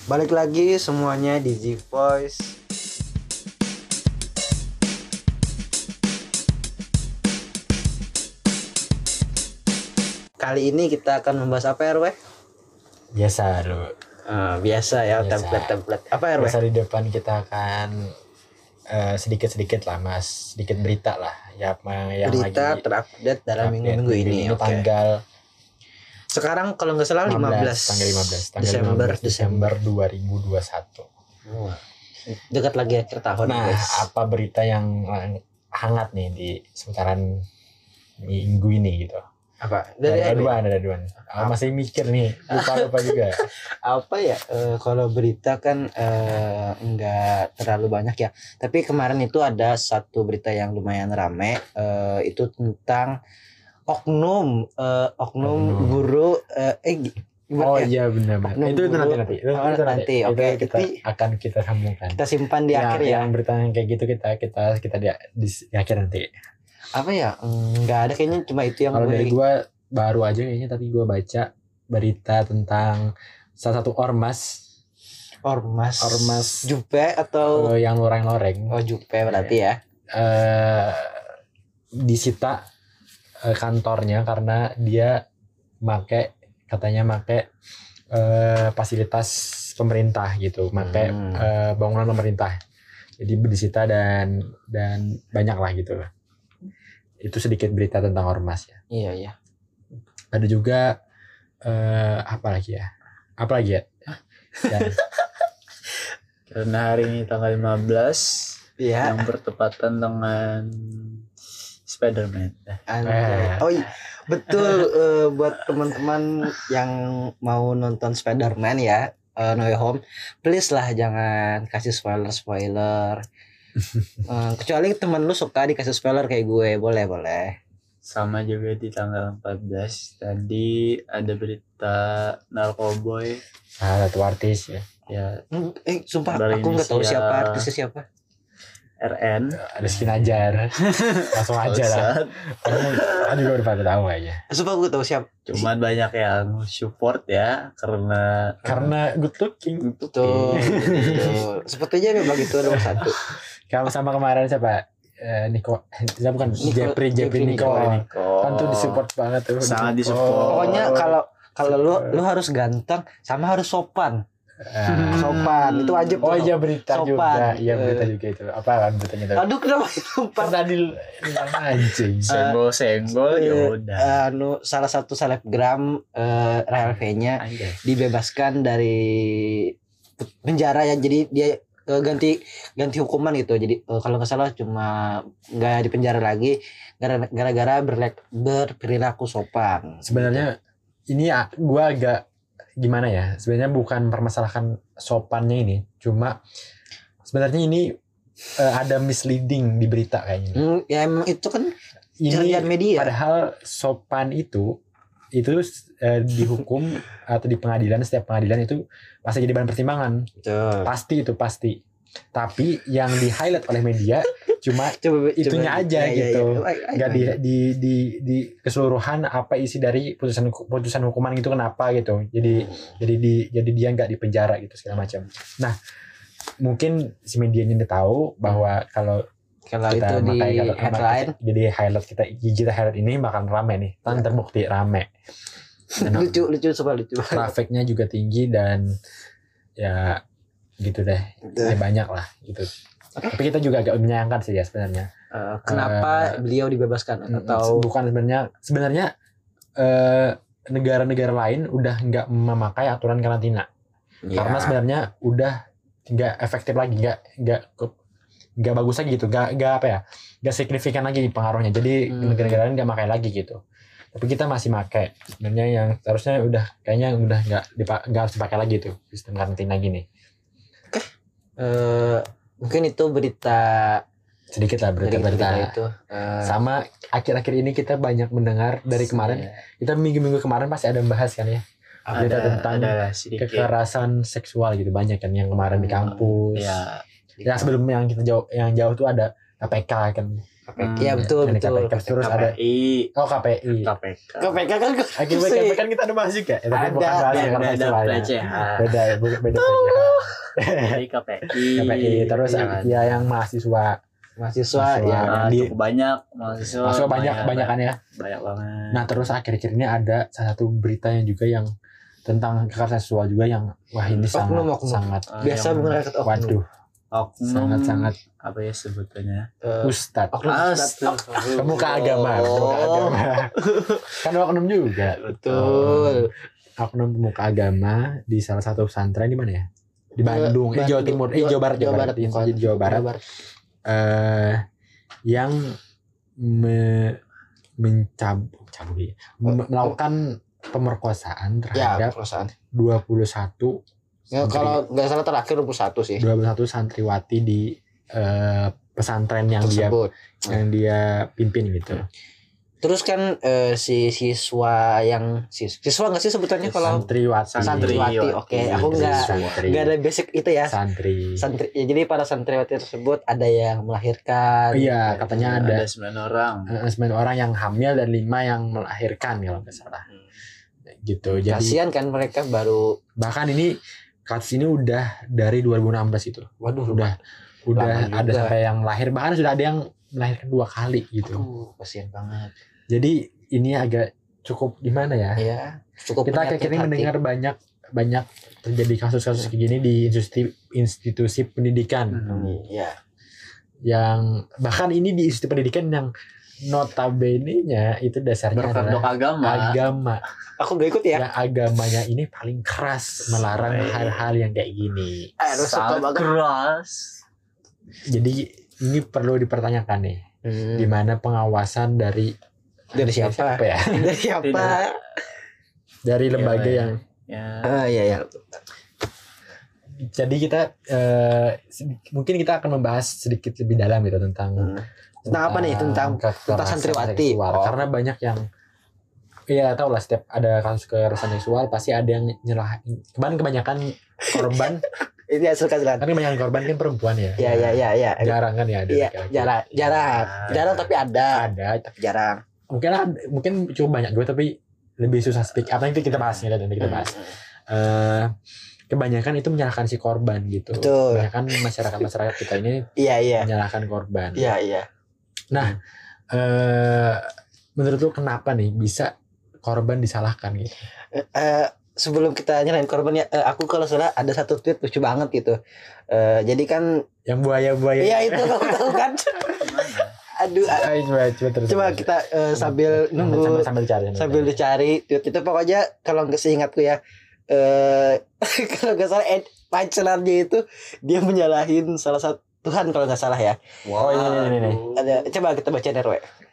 Balik lagi semuanya di Z Voice. Kali ini kita akan membahas apa RW? Biasa lu. Biasa ya, Biasa. template. Apa RW? Biasa di depan kita akan sedikit-sedikit lah mas, sedikit berita lah ya, yang Berita lagi terupdate dalam minggu ini. Oke. Tanggal Sekarang kalau nggak salah 15 tanggal 15 Desember 2021. Dekat lagi akhir tahun, Nah, guys. apa berita yang hangat nih di seputaran minggu ini gitu? Apa? Ada dua. Masih mikir nih, lupa juga. Apa ya? Kalau berita kan nggak terlalu banyak ya. Tapi kemarin itu ada satu berita yang lumayan rame. Itu tentang oknum guru. Oh iya benar. Oknum Itu guru. nanti. Nanti. Oke, Akan kita sambungkan. kita simpan di akhir ya. Yang berita yang kayak gitu kita di akhir nanti. Apa ya? Nggak ada kayaknya, cuma itu yang Kalau gue. dari gue baru aja kayaknya, tapi gue baca berita tentang salah satu ormas Jupe atau yang loreng-loreng. Oh, Jupe berarti ya. Disita kantornya karena dia katanya make fasilitas pemerintah gitu, make bangunan pemerintah. Jadi disita dan banyak lah gitu. Itu sedikit berita tentang ormas ya. Iya. Ada juga apa lagi ya? Dan, Karena hari ini tanggal 15 Iya. yang bertepatan dengan Spider-Man. Oh iya, betul. Buat teman-teman yang mau nonton Spider-Man ya, No Way Home, please lah jangan kasih spoiler. Kecuali teman lu suka dikasih spoiler kayak gue, boleh. Sama juga di tanggal 14 tadi ada berita Narkoboy. satu artis ya. Ya, Sumpah Dari aku nggak tahu inisial siapa artisnya siapa. RN. Ada skin ajar. Langsung aja lah. Kamu juga udah pada tahu aja. Sumpah gue tahu siapa. Cuman banyak yang support ya karena good looking. Tuh. Sepertinya memang itu nomor satu. Kalau sama kemarin siapa? Bukan Jeffrey Nico. Kan tuh disupport banget tuh. Sangat disupport. Pokoknya kalau lu harus ganteng sama harus sopan. Sopan itu wajib. Oh iya, berita sopan. juga. Iya, berita juga itu. Apa kan beritanya tuh? Aduh, kenapa sopan? Kan tadi anjing. Senggol ya udah. Salah satu selebgram Rahel V-nya dibebaskan dari penjara ya, jadi dia ganti hukuman gitu. Jadi kalau nggak salah cuma nggak di penjara lagi gara-gara berperilaku sopan. Sebenarnya ini gua agak gimana ya? Sebenarnya bukan permasalahan sopannya ini, cuma sebenarnya ini ada misleading di berita kayaknya. Ya emang itu kan Ini jalan media. Padahal sopan itu dihukum atau di pengadilan, setiap pengadilan itu pasti jadi bahan pertimbangan. Betul. Pasti. Tapi yang di highlight oleh media cuma itunya aja gitu. Enggak di keseluruhan apa isi dari putusan hukuman gitu, kenapa gitu. Jadi dia enggak di penjara gitu segala macam. Nah, mungkin si medianya udah tahu bahwa kalau itu di headline jadi kita highlight ini bakal rame nih. Kan terbukti rame. lucu Trafficnya juga tinggi dan ya gitu deh. Ya, banyak lah gitu. Tapi kita juga agak menyayangkan sih ya sebenarnya. Kenapa beliau dibebaskan atau bukan sebenarnya negara-negara lain udah nggak memakai aturan karantina. Ya. Karena sebenarnya udah nggak efektif lagi, nggak bagus lagi gitu, nggak signifikan lagi pengaruhnya. Jadi negara-negara lain nggak pakai lagi gitu. Tapi kita masih pakai. Sebenarnya yang seharusnya kayaknya udah nggak harus dipakai lagi tuh sistem karantina gini. Oke. Mungkin itu berita sedikit lah berita itu. Sama akhir-akhir ini kita banyak mendengar dari kemarin. Kita minggu-minggu kemarin pasti ada membahas kan ya. Berita tentang kekerasan seksual gitu, banyak kan yang kemarin di kampus. Ya. Yang sebelum yang jauh tuh ada KPK kan. Iya betul. Terus ada KPI. KPI. KPK kan KPI kan kita ada masuk ya. Tapi bukan bahas ya karena Beda pelecehan. Beda. Jadi KPI. KPI terus ya yang mahasiswa ya. Cukup banyak mahasiswa. banyakan ya. Banyak banget. Nah terus akhir-akhir ini ada salah satu berita yang juga yang tentang kekerasan seksual juga yang wah ini sangat biasa mengangkat waduh sangat apa ya sebutannya ustad Astagfirullah. pemuka agama kan oknum juga betul oknum pemuka agama di salah satu pesantren di mana ya di Bandung Jawa Timur Jawa Barat yang melakukan pemerkosaan terhadap 21 ya, kalau nggak salah terakhir 21 sih 21 santriwati di pesantren yang tersebut. dia pimpin gitu. Terus kan si siswa nggak sih sebutannya kalau santriwati. Oke, aku nggak ada basic itu ya. Santri. Ya, jadi para santriwati tersebut ada yang melahirkan. Iya, katanya ada 9 orang. 9 orang yang hamil dan 5 yang melahirkan kalau nggak salah. Gitu. Jadi kasihan kan mereka baru bahkan ini kasus ini udah dari 2016 itu. Waduh, udah ada sampai yang lahir, bahkan sudah ada yang melahirkan 2 kali gitu. Kasihan banget. Jadi ini agak cukup gimana ya? Iya, cukup kita akhirnya mendengar banyak terjadi kasus-kasus kayak gini di institusi pendidikan. Iya. Yang bahkan ini di institusi pendidikan yang notabene-nya itu dasarnya adalah agama. Aku gak ikut ya. Yang agamanya ini paling keras melarang hal-hal yang kayak gini. Sangat keras. Jadi ini perlu dipertanyakan nih. Di mana pengawasan dari siapa ya? Dari siapa? Dari lembaga yang iya. Jadi kita mungkin kita akan membahas sedikit lebih dalam gitu tentang apa nih tentang santriwati. Karena banyak yang ya tau lah setiap ada kasus kekerasan seksual pasti ada yang nyalahin. Kebanyakan korban ini hasil kajian. Tapi kebanyakan korban kan perempuan ya. Iya. Jarang kan ya ada. Iya, jarang tapi ada. Tapi jarang. Mungkin cukup banyak juga tapi lebih susah speak up. Nanti kita bahas nanti kita bahas. Kebanyakan itu menyalahkan si korban gitu. Betul. Kebanyakan masyarakat kita ini menyalahkan korban. Iya. Nah, menurut lu kenapa nih bisa korban disalahkan gitu? Sebelum kita nyalain korban ya, aku kalau salah ada satu tweet lucu banget gitu. Jadi kan yang buaya. Iya itu kamu tahu kan? Aduh. Coba kita sambil nunggu sambil dicari tweet itu pokoknya kalau nggak seingatku ya. Kalau nggak salah punchline-nya itu dia menyalahin salah satu Tuhan kalau nggak salah ya. Wow. Ini. Ada, coba kita baca RW.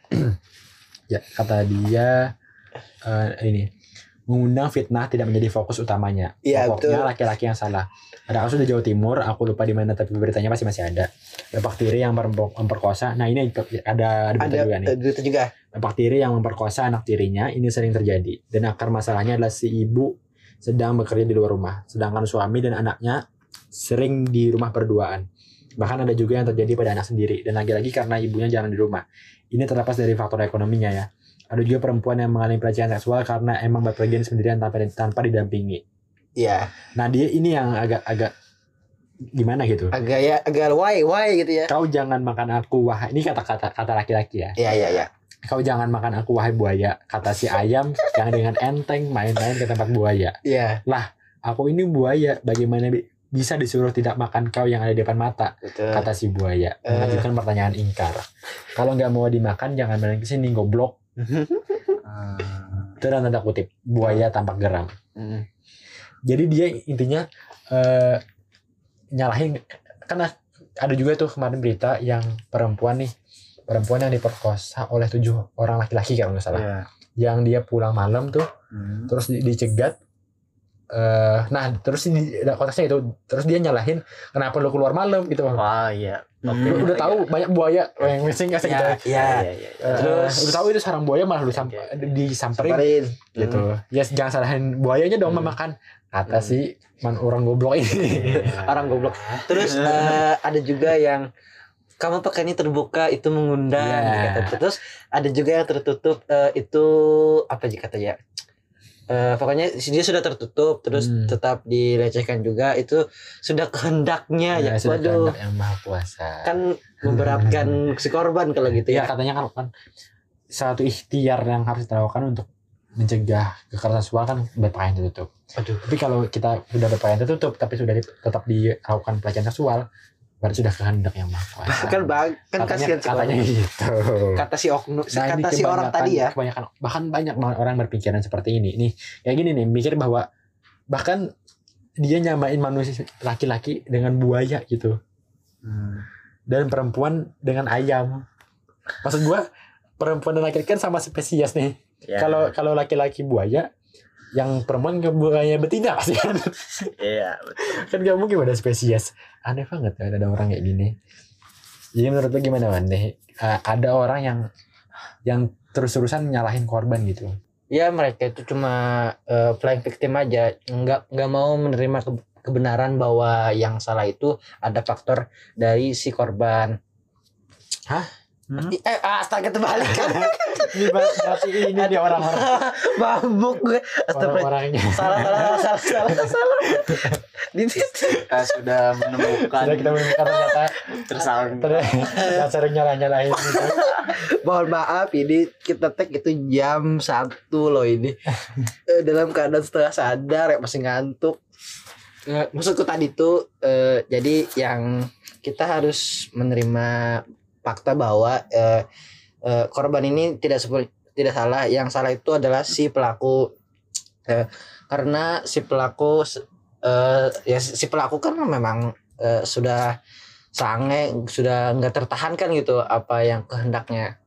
Ya, kata dia ini mengundang fitnah tidak menjadi fokus utamanya. Ya, pokoknya betul. Laki-laki yang salah. Ada kasus di Jawa Timur, aku lupa di mana tapi beritanya masih ada. Bapak tiri yang memperkosa. Nah, ini ada berita juga nih. Berita juga. Bapak tiri yang memperkosa anak tirinya ini sering terjadi. Dan akar masalahnya adalah si ibu sedang bekerja di luar rumah, sedangkan suami dan anaknya sering di rumah berduaan. Bahkan ada juga yang terjadi pada anak sendiri dan lagi-lagi karena ibunya jarang di rumah. Ini terlepas dari faktor ekonominya ya. Ada juga perempuan yang mengalami pelecehan seksual karena emang bepergian sendirian tanpa didampingi. Iya. Nah, dia ini yang agak gimana gitu. Agak why gitu ya. Kau jangan makan aku wahai. Ini kata laki-laki ya. Iya. Kau jangan makan aku wahai buaya, kata si ayam yang dengan enteng main-main ke tempat buaya. Iya. Lah, aku ini buaya, bagaimana bisa disuruh tidak makan kau yang ada di depan mata? Betul. Kata si buaya, mengajukan pertanyaan ingkar. Kalau nggak mau dimakan, jangan main ke sini, goblok. Itu tanda kutip, buaya tampak geram. Jadi dia intinya nyalahin, karena ada juga tuh kemarin berita yang perempuan yang diperkosa oleh 7 orang laki-laki kalau nggak salah. Yeah. Yang dia pulang malam tuh, terus dicegat. Nah terus ini konteksnya itu, terus dia nyalahin kenapa lu keluar malam gitu. Wah iya. Lu udah tahu banyak buaya yang missing gitu. Iya. Terus udah tahu itu sarang buaya malah disamperin gitu. Ya jangan salahin buayanya dong memakan, kata si orang goblok ini. Orang goblok. Terus ada juga yang kamu pakai ini terbuka itu mengundang Yeah. gitu. Terus ada juga yang tertutup itu apa sih katanya? Pokoknya dia sudah tertutup terus tetap dilecehkan juga itu sudah kehendaknya ya. Sudah Waduh. kehendak yang maha kuasa. Kan memberatkan si korban kalau gitu Ya ya. katanya kan satu ikhtiar yang harus dilakukan untuk mencegah kekerasan seksual kan berpakaian tertutup. Aduh. Tapi kalau kita sudah berpakaian tertutup tapi sudah tetap dilakukan pelecehan seksual, berarti sudah kehendak yang maha kuasa. Kan kasihan si katanya korban. gitu. Kata si oknum, Nah, kata si orang tadi ya. Kebanyakan bahkan banyak banget orang berpikiran seperti ini. Nih, kayak gini nih, mikir bahwa bahkan dia nyamain manusia laki-laki dengan buaya gitu. Dan perempuan dengan ayam. Maksud gua perempuan dan laki-laki kan sama spesies nih. Ya. Kalau laki-laki buaya, yang perempuan ke buaya betina pasti kan. Iya, betul. Kan gak mungkin ada spesies. Aneh banget kan ada orang kayak gini. Jadi menurut lo gimana Man? Ada orang yang terus-terusan nyalahin korban gitu. Ya mereka itu cuma playing victim aja, nggak mau menerima kebenaran bahwa yang salah itu ada faktor dari si korban. Hah? Astaga terbalik kan. Ini berarti ini dia orang-orang Mabuk gue. orang-orangnya. Salah. Kita sudah menemukan Sudah kita menemukan ternyata tersangka. sering nyalahin gitu. Mohon maaf ini kita tag itu jam 1 loh ini. Dalam keadaan setengah sadar ya masih ngantuk. Maksudku tadi tuh jadi yang kita harus menerima fakta bahwa korban ini tidak salah. Yang salah itu adalah si pelaku. Karena si pelaku si pelaku kan memang sudah sange, sudah nggak tertahankan gitu apa yang kehendaknya.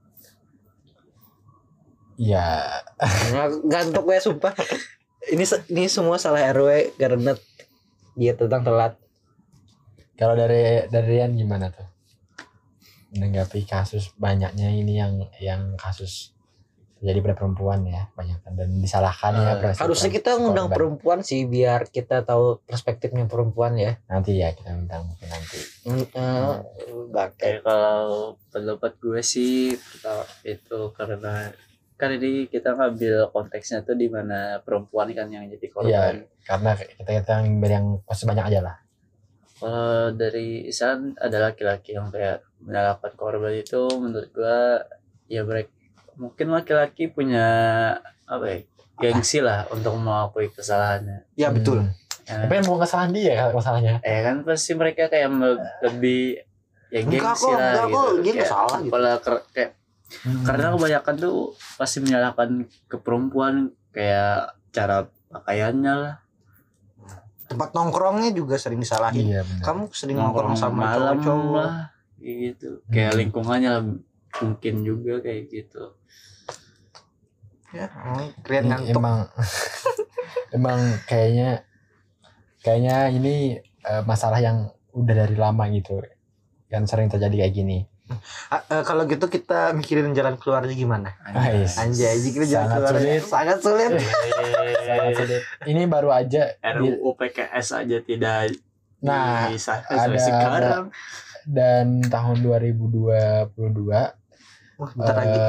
Iya. Ngantuk gue sumpah. Ini semua salah RW karena dia tentang telat. Kalau dari Rian gimana tuh? Menanggapi kasus banyaknya ini yang kasus terjadi pada perempuan ya banyak dan disalahkan ya. Harusnya kita ngundang perempuan sih biar kita tahu perspektifnya perempuan ya. Nanti ya kita undang mungkin nanti. Kayak kalau pendapat gue sih itu karena kan ini kita ngambil konteksnya tuh di mana perempuan kan yang jadi korban. Iya, karena kita yang pasti banyak aja lah. Kalau dari Isan ada laki-laki yang kayak menyalahkan korban itu menurut gua ya mereka mungkin laki-laki punya gengsi lah untuk mengakui kesalahannya. Ya betul. Ya, Tapi yang mau kesalahan dia masalahnya. kan pasti mereka kayak lebih ya gengsi lah gitu. Dia kayak, salah gitu. Karena kebanyakan tuh pasti menyalahkan ke perempuan kayak cara pakaiannya lah. Tempat nongkrongnya juga sering disalahin. Iya, benar. Kamu sering nongkrong sama malam cowok-cowok lah gitu. Kayak lingkungannya lah, mungkin juga kayak gitu. ya. Keren ngantuk. Emang kayaknya ini masalah yang udah dari lama gitu. Kan sering terjadi kayak gini. Kalau gitu kita mikirin jalan keluarnya gimana? Anjay, kita jalan keluarnya sangat sulit. Sangat sulit. Ini baru aja RUU PKS aja tidak bisa ada sekarang. Dan tahun 2022 Bentar lagi.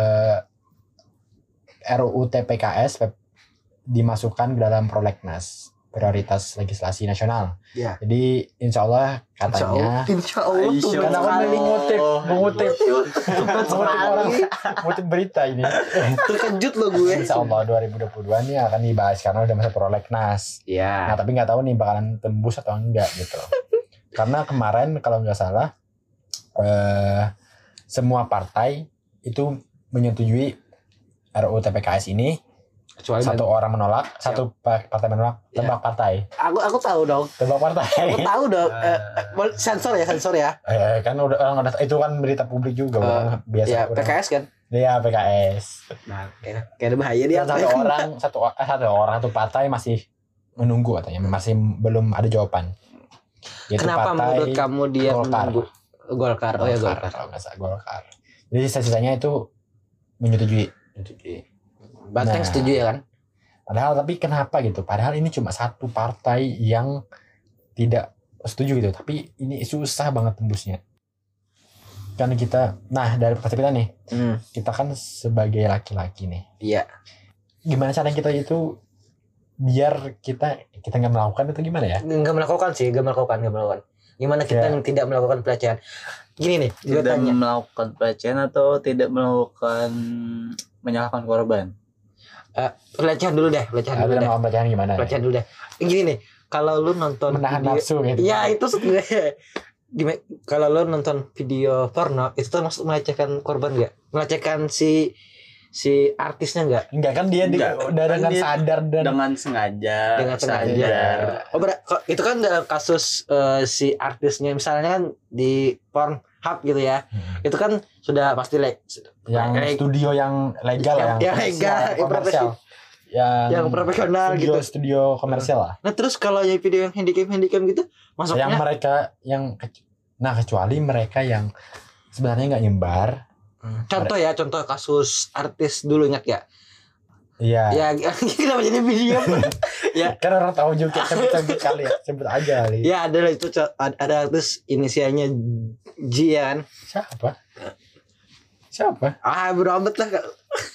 RUU TPKS dimasukkan ke dalam prolegnas prioritas legislasi nasional. Ya. Jadi insya Allah katanya Insya Allah. karena aku mengutip berita ini. Terkejut loh gue. Insya Allah 2022 ini akan dibahas karena udah masuk prolegnas. Ya. Nah tapi nggak tahu nih bakalan tembus atau enggak gitu. Karena kemarin kalau nggak salah semua partai itu menyetujui RUU TPKS ini. Kecuali satu orang menolak, satu partai menolak, tebak partai. Aku tahu dong. Tebak partai. Aku tahu dong. Sensor ya. Kan udah itu kan berita publik juga orang biasa. Ya, PKS kan. Iya, PKS. Nah, kayak bahaya dia. Satu partai masih menunggu katanya, masih belum ada jawaban. Yaitu Kenapa menurut kamu dia menunggu? Golkar. Oh ya Golkar. Kalau nggak salah Golkar. Jadi sisanya itu menyetujui. Banteng setuju ya kan? Padahal tapi kenapa gitu? Padahal ini cuma satu partai yang tidak setuju gitu. Tapi ini susah banget tembusnya. kan kita, nah dari perspektif kita nih, kita kan sebagai laki-laki nih. Iya. Gimana cara kita itu biar kita nggak melakukan itu gimana ya? Nggak melakukan. Gimana kita yang tidak melakukan pelecehan? Gini nih, gue Tidak tanya. melakukan pelecehan atau tidak melakukan menyalahkan korban? Pelecehan dulu deh. Pelecehan gimana? Pelecehan dulu deh. Gini nih, kalau lu nonton Menahan video, nafsu gitu. ya itu sebenarnya. Gimana? Kalau lu nonton video porno, itu termasuk melecehkan korban nggak? Melecehkan si artisnya nggak? Enggak kan dia udah Kan dengan dia sadar dan dengan sengaja. Dengan sengaja. Oh, itu kan dalam kasus si artisnya misalnya kan di Pornhub gitu ya. Itu kan sudah pasti yang studio yang legal yang legal, komersial. Yang profesional studio, gitu. Studio komersial lah. Nah, terus kalau yang video yang handicam gitu masuknya Yang mereka kecuali mereka yang sebenarnya nggak nyebar. Contoh kasus artis dulu ingat ya? Iya. Ya kenapa jadi video? Ya Kan orang tahu juga sebut kali ya, sebut aja kali. ya ada itu ada artis inisialnya Jian. Siapa? Beramat lah Kak.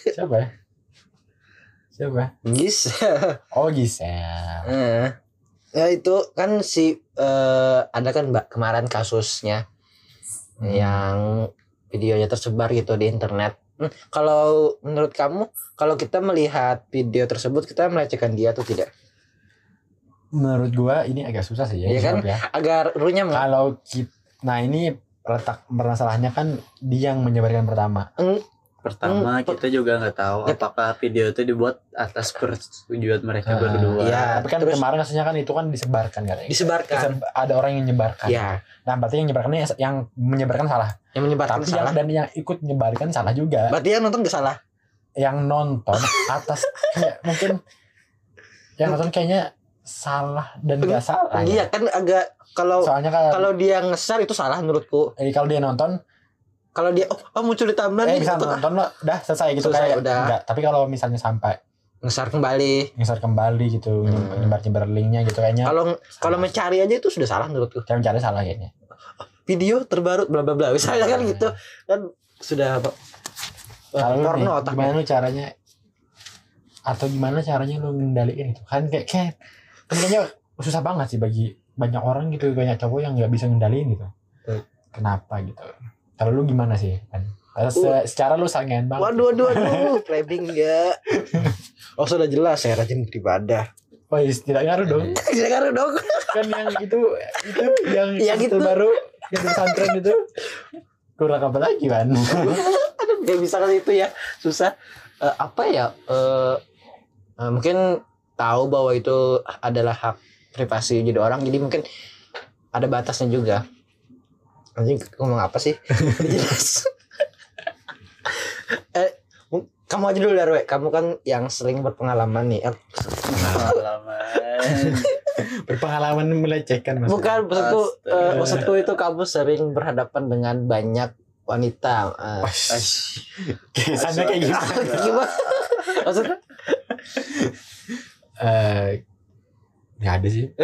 Siapa? Gis. Oh, Giselle. Ya itu kan ada kan Mbak kemarin kasusnya yang videonya tersebar gitu di internet. Kalau menurut kamu, kalau kita melihat video tersebut kita melecehkan dia atau tidak? Menurut gua ini agak susah sih ya. Iya kan? Ya. Agar runyam. Kalau nah ini letak masalahnya kan dia yang menyebarkan pertama. Pertama kita juga nggak tahu apakah video itu dibuat atas persetujuan mereka berdua. Iya, tapi kan kemarin kasusnya kan itu kan disebarkan kan. Disebarkan. Ada orang yang menyebarkan. Iya. Nah, berarti yang menyebarkan salah. Yang menyebarkan tapi salah. dan yang ikut menyebarkan salah juga. Berarti yang nonton gak salah. Yang nonton atas mungkin yang nonton kayaknya salah dan gak salah. Iya kan agak kalau dia nge-share itu salah menurutku. Kalau dia nonton, kalau dia muncul di timeline bisa gitu, nonton lo udah selesai gitu selesai, kayak udah. Enggak, tapi kalau misalnya sampai nge-share kembali gitu, nyebar linknya gitu kayaknya. Kalau mencari aja itu sudah salah menurutku. Cara mencari salah kayaknya. Video terbaru bla bla bla misalnya kan gitu kan sudah porno otak. Gimana lu caranya atau gimana caranya lu ngendaliin itu kan kayak kayaknya susah banget sih bagi banyak orang gitu, banyak cowok yang nggak bisa ngendaliin gitu. Kenapa gitu? Kalau lu gimana sih kan? Secara lu sangen banget. Waduh, framing enggak. Sudah jelas saya rajin beribadah. Oh, tidak ngaruh dong. Tidak ngaruh dong. Kan yang itu yang gitu. Baru yang pesantren itu kurang apa lagi kan? Aduh, nggak bisa kan itu ya, susah. Mungkin tahu bahwa itu adalah hak privasi jadi orang, jadi mungkin ada batasnya juga. Anjing ngomong apa sih? Jelas. Kamu aja dulu Darwe, kamu kan yang sering berpengalaman nih. Berpengalaman melecehkan maksudnya. Bukan, maksudku itu kamu sering berhadapan dengan banyak wanita. Kesannya kayak gimana? Maksudnya? Nggak ada sih.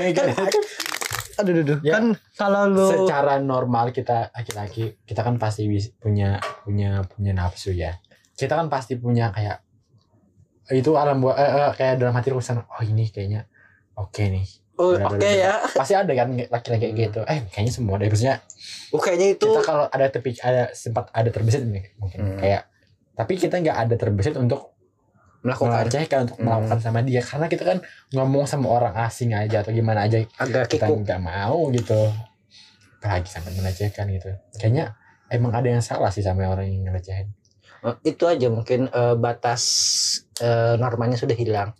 Aduh. Ya, kan kalau lu secara normal kita laki-laki kita kan pasti punya nafsu ya. Kita kan pasti punya kayak itu alam kayak dalam hati urusan ini kayaknya oke nih. Oke ya. Pasti ada kan laki-laki kayak gitu. Kayaknya semua deh maksudnya. Kayaknya itu kita kalau sempat ada terbesit nih mungkin kayak tapi kita nggak ada terbesit untuk melecehkan untuk melakukan sama dia karena kita kan ngomong sama orang asing aja atau gimana aja agak kita nggak mau gitu apalagi sampai melecehkan gitu kayaknya emang ada yang salah sih sama orang yang ngelecehin. Itu aja mungkin batas normanya sudah hilang.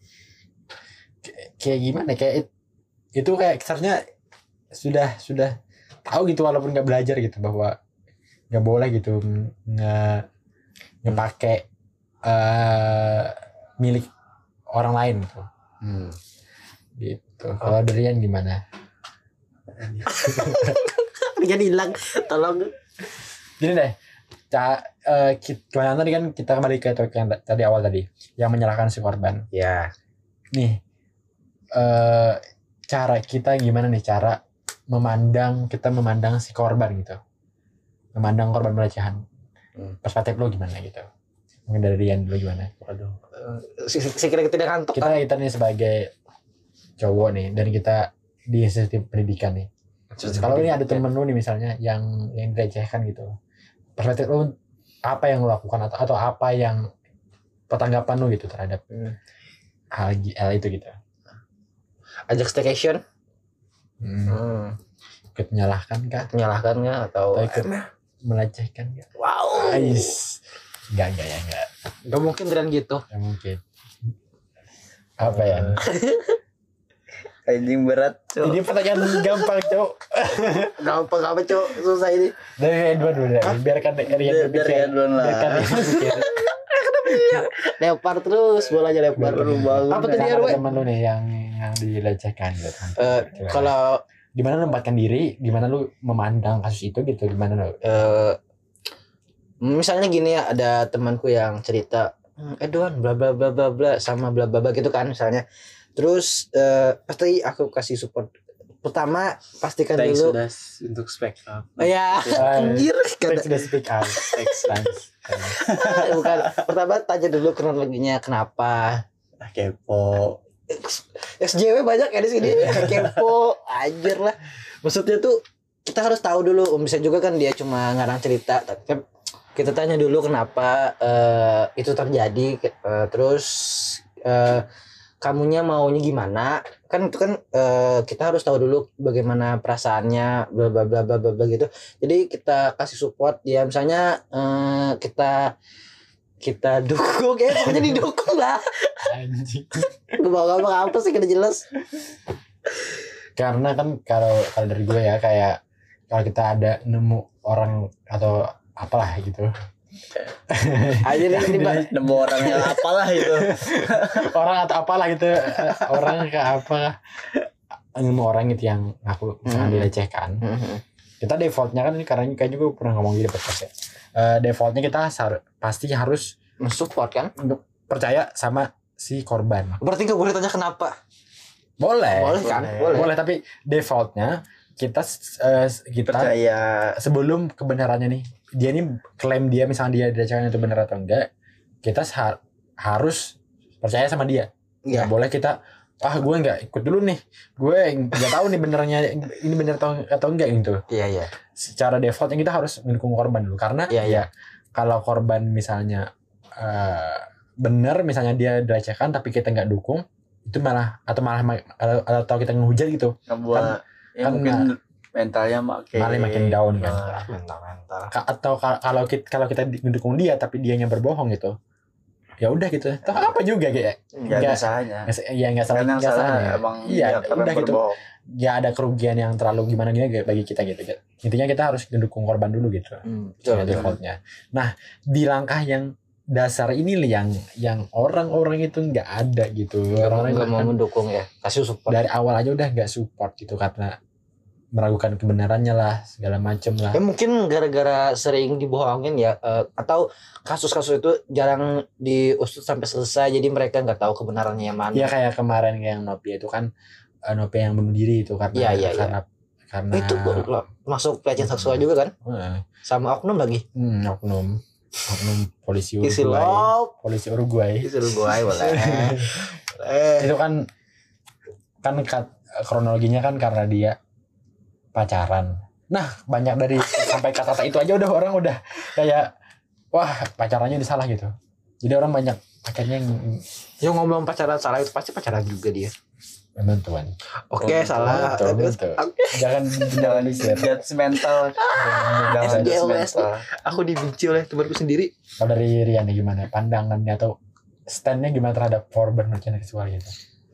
Kayak gimana kayak itu kayak kesannya sudah tahu gitu walaupun nggak belajar gitu bahwa nggak boleh gitu ngepakai milik orang lain gitu. Gitu. Kalau Darian gimana? Darian hilang, tolong. Gini deh, tadi kan kita kembali ke topik yang tadi awal tadi, yang menyalahkan si korban. Ya. Nih, cara kita gimana nih cara kita memandang si korban gitu. memandang korban pelecehan. Perspektif lo gimana gitu? Mungkin dari Rian dulu gimana? Waduh. Sekiranya kita ngantuk kan? Kita nih sebagai cowok nih dan kita di institusi pendidikan nih. Kalau ini ada temen lu nih misalnya yang dilecehkan gitu. Perspektif lu apa yang lu lakukan atau apa yang tanggapan lu gitu terhadap hal itu gitu. Ajak staycation. Ikut menyalahkan kah? Menyalahkan nggak atau ikut melecehkan nggak? Wow. Ais. Enggak. Gak mungkin dengan gitu. Gak mungkin. Apa ya? Anjing berat, Cok. Ini pertanyaan gampang, Cok. Gampang apa, Cok? Susah ini. Dari Edward dulu deh. Biarkan Rian berpikir. Biarkan Rian berpikir. Lempar terus bolanya lempar dulu bangun. Apa tadi RW? Temen lu nih yang dilecehkan gitu. Kalau gimana lu menempatkan diri, gimana lu memandang kasus itu gitu, gimana lu? Misalnya gini ya, ada temanku yang cerita, Edwan bla bla bla bla bla sama bla bla bla gitu kan misalnya. Terus pasti aku kasih support. Pertama pastikan Thanks dulu sudah untuk speak up. ya anjir Thanks sudah speak out. Thanks. bukan. Pertama tanya dulu kronologinya kenapa. Kepo. SJW banyak ya di sini. Kepo anjir lah. Maksudnya tuh kita harus tahu dulu. Bisa juga kan dia cuma ngarang cerita, tapi kan kita tanya dulu kenapa itu terjadi. Terus kamunya maunya gimana, kan itu kan kita harus tahu dulu bagaimana perasaannya bla bla bla bla bla gitu. Jadi kita kasih support ya, misalnya kita dukung ya, pokoknya didukung lah. Anjing. Gue mau ngomong apa sih kada jelas. Karena kan kalau dari gue ya, kayak kalau kita ada nemu orang atau apalah gitu. Aja ini nemu orang yang apalah itu. Orang atau apalah gitu. Orang ke apa? Nemu orang gitu yang ngaku misalnya dilecehkan. Kita defaultnya kan ini, karena kayak juga pernah ngomong di podcast ya. Defaultnya kita pasti harus mensupport kan, percaya sama si korban. Berarti nggak boleh tanya kenapa? Boleh kan? Boleh, tapi defaultnya kita percaya sebelum kebenarannya nih. Dia nih klaim dia misalnya dia dilecehkan itu benar atau enggak, kita harus percaya sama dia. Nggak boleh kita gue nggak ikut dulu nih, gue nggak tahu nih benernya ini bener atau enggak gitu. Iya. Secara defaultnya kita harus mendukung korban dulu, karena ya kalau korban misalnya bener misalnya dia dilecehkan tapi kita nggak dukung, itu malah atau kita ngehujat gitu kan mungkin mentalnya makin down kan. Mental. Atau kalau kita mendukung dia tapi dianya berbohong gitu, ya udah gitu. Toh apa juga kayak nggak salahnya. Ya nggak salahnya. Emang iya udah gitu. Ya ada kerugian yang terlalu gimana bagi kita gitu. Intinya kita harus mendukung korban dulu gitu. Defaultnya. Nah, di langkah yang dasar ini yang orang-orang itu nggak ada gitu. Orang-orang nggak mau mendukung ya, kasih support. Dari awal aja udah nggak support gitu karena meragukan kebenarannya lah, segala macem lah. Ya mungkin gara-gara sering dibohongin ya, atau kasus-kasus itu jarang diusut sampai selesai, jadi mereka nggak tahu kebenarannya yang mana. Ya kayak kemarin yang Nopia itu kan, Nopia yang bunuh diri itu karena karena itu masuk pelecehan seksual juga kan? Sama oknum lagi. Oknum polisi Uruguay. Boleh. Itu kan kronologinya kan karena dia pacaran. Nah, banyak dari sampai kata-kata itu aja orang udah kayak wah, pacarannya udah salah gitu. Jadi orang banyak akhirnya yang ngomong pacaran salah itu pasti pacaran juga dia. Bantuan. Oke, salah. Jangan judgmental. Aku dibenci oleh temanku sendiri. Kalau dari Rian gimana pandangannya atau stand-nya gimana terhadap korban pelecehan seksual gitu?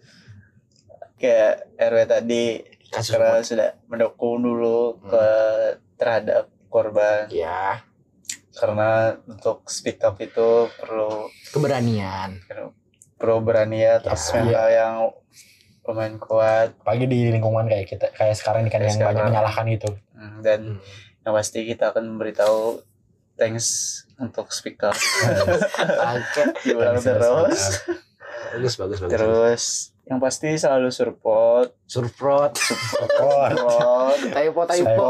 Kayak RW tadi karena sudah mendukung dulu terhadap korban. Ya. Karena untuk speak up itu perlu keberanian. Perlu berani terus mental yang lumayan kuat. Apalagi di lingkungan kayak sekarang ini kan yang banyak menyalahkan itu. Dan yang pasti kita akan memberitahu thanks untuk speak up. Oke. Diulang terus. Bagus. Terus yang pasti selalu support typo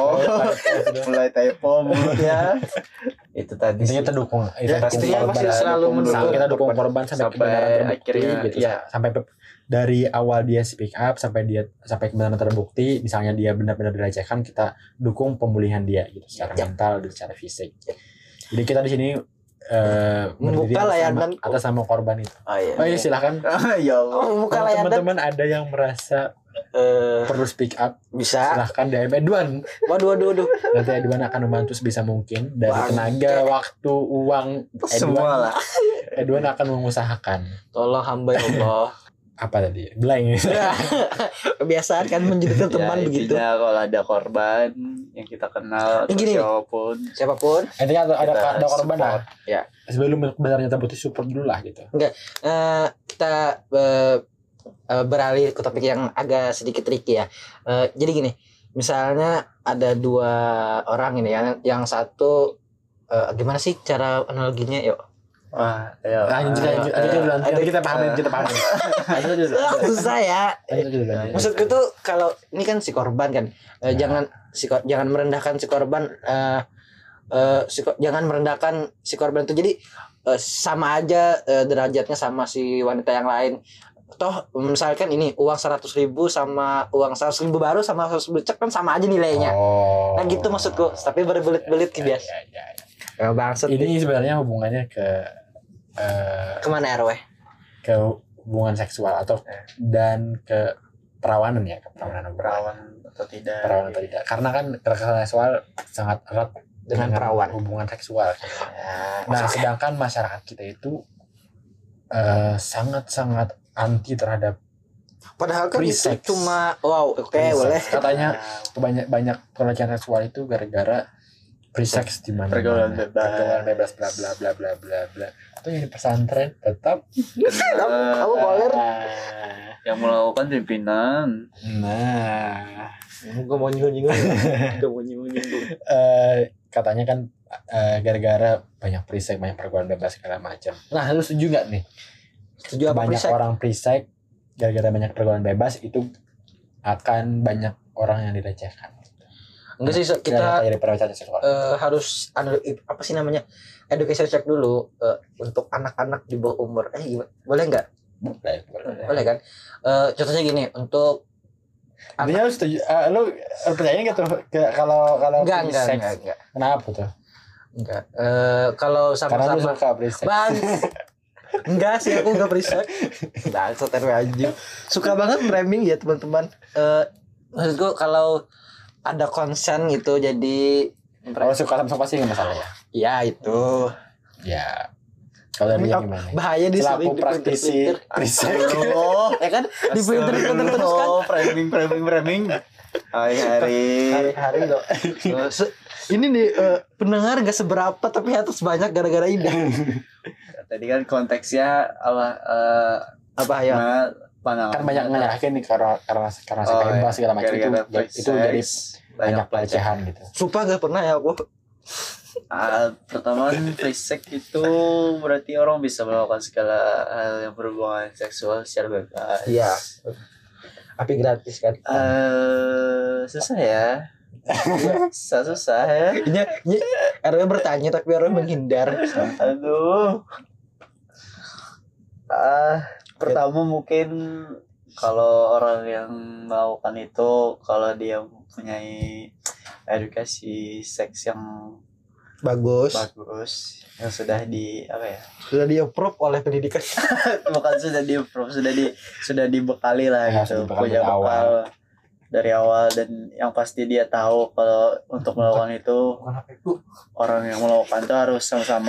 mulai typo mulut ya. Itu tadi intinya kita dukung pastinya pasti selalu mendukung kita dukung korban sampai kebenaran terbukti gitu ya. Sampai dari awal dia speak up sampai kebenaran terbukti, misalnya dia benar-benar dilecehkan, kita dukung pemulihan dia gitu secara mental dan secara fisik. Jadi kita di sini membuka layanan atas nama korban itu. Oh iya Silakan. Ya Allah. Membuka layanan. Teman-teman ada yang merasa perlu speak up, bisa silahkan DM Edwan. Waduh. Nanti Edwan akan membantu sebisa mungkin dari tenaga, waktu, uang. Semua lah. Edwan akan mengusahakan. Tolong hamba ya Allah. Apa tadi? Blank. Kebiasaan kan menjadikan teman begitu. Kalau ada korban yang kita kenal atau gini, siapapun. Intinya ada korban lah. Ya. Sebelum benar-benar terbukti support dulu lah gitu. Enggak. Kita beralih ke topik yang agak sedikit tricky ya. Jadi gini, misalnya ada 2 orang ini ya, yang satu gimana sih cara analoginya? Yuk. Wah, lanjut kita pahamin. Susah ya. Maksudku tuh kalau ini kan si korban kan, jangan merendahkan si korban, jangan merendahkan si korban itu. Jadi sama aja derajatnya sama si wanita yang lain. Toh misalkan ini uang 100.000 sama uang 100.000 baru sama 100.000 cek kan sama aja nilainya. Nah gitu maksudku, tapi berbelit-belit biasa. Bangsat. Ini sebenarnya hubungannya ke kemana RW? Ke hubungan seksual atau dan ke perawanan ya, ke perawan atau tidak. Karena kan kekerasan seksual sangat erat dengan perawan, hubungan seksual. Nah, sedangkan masyarakat kita itu sangat-sangat anti terhadap padahal kan itu cuma boleh. Katanya banyak pelecehan seksual itu gara-gara free sex di mana? Pergaulan bebas bla bla bla bla bla bla. Atau yang di pesantren tetap kamu koler yang melakukan pimpinan. Nah, gue mau nyinggung. Katanya kan gara-gara banyak free sex, banyak pergaulan bebas segala macam. Nah, lu setuju nggak nih? Setuju apa banyak orang free sex gara-gara banyak pergaulan bebas itu akan banyak orang yang dilecehkan. Enggak sih, kita harus apa sih namanya, education check dulu untuk anak-anak di bawah umur. Boleh nggak? Boleh kan? Contohnya gini, untuk artinya lu setuju, lu percaya nggak tuh kalau enggak. Kenapa tuh? Enggak. Kalau sama-sama. Karena lu suka free sex. Enggak sih, aku enggak berisik. Bangsat aja. Suka banget framing ya teman-teman. Maksudku kalau ada konsen gitu, jadi kalau suka sama pasti nggak masalah ya. Iya itu. Ya. Kalau dari gimana? Bahaya di selaku praktisi riset. Ya kan? Di Twitter terus kan. Framing. Hari-hari loh. Ini nih pendengar gak seberapa tapi atas banyak gara-gara ini. Tadi kan konteksnya apa ya? Kan banyak ngelakuin nih karena bebas segala macam itu jadi banyak pelecehan gitu. Sumpah gak pernah ya aku. Pertama free sex itu berarti orang bisa melakukan segala hal yang berhubungan seksual secara bebas. Iya. Tapi gratis kan? Susah ya. Susah ya. Ini RW bertanya tapi RW menghindar. Aduh. Pertama mungkin kalau orang yang melakukan itu, kalau dia mempunyai edukasi seks yang bagus yang sudah di-approve oleh pendidikan. Bukan sudah dibekali lah ya, gitu, punya bekal dari awal, dan yang pasti dia tahu kalau untuk melakukan itu orang yang melakukan itu harus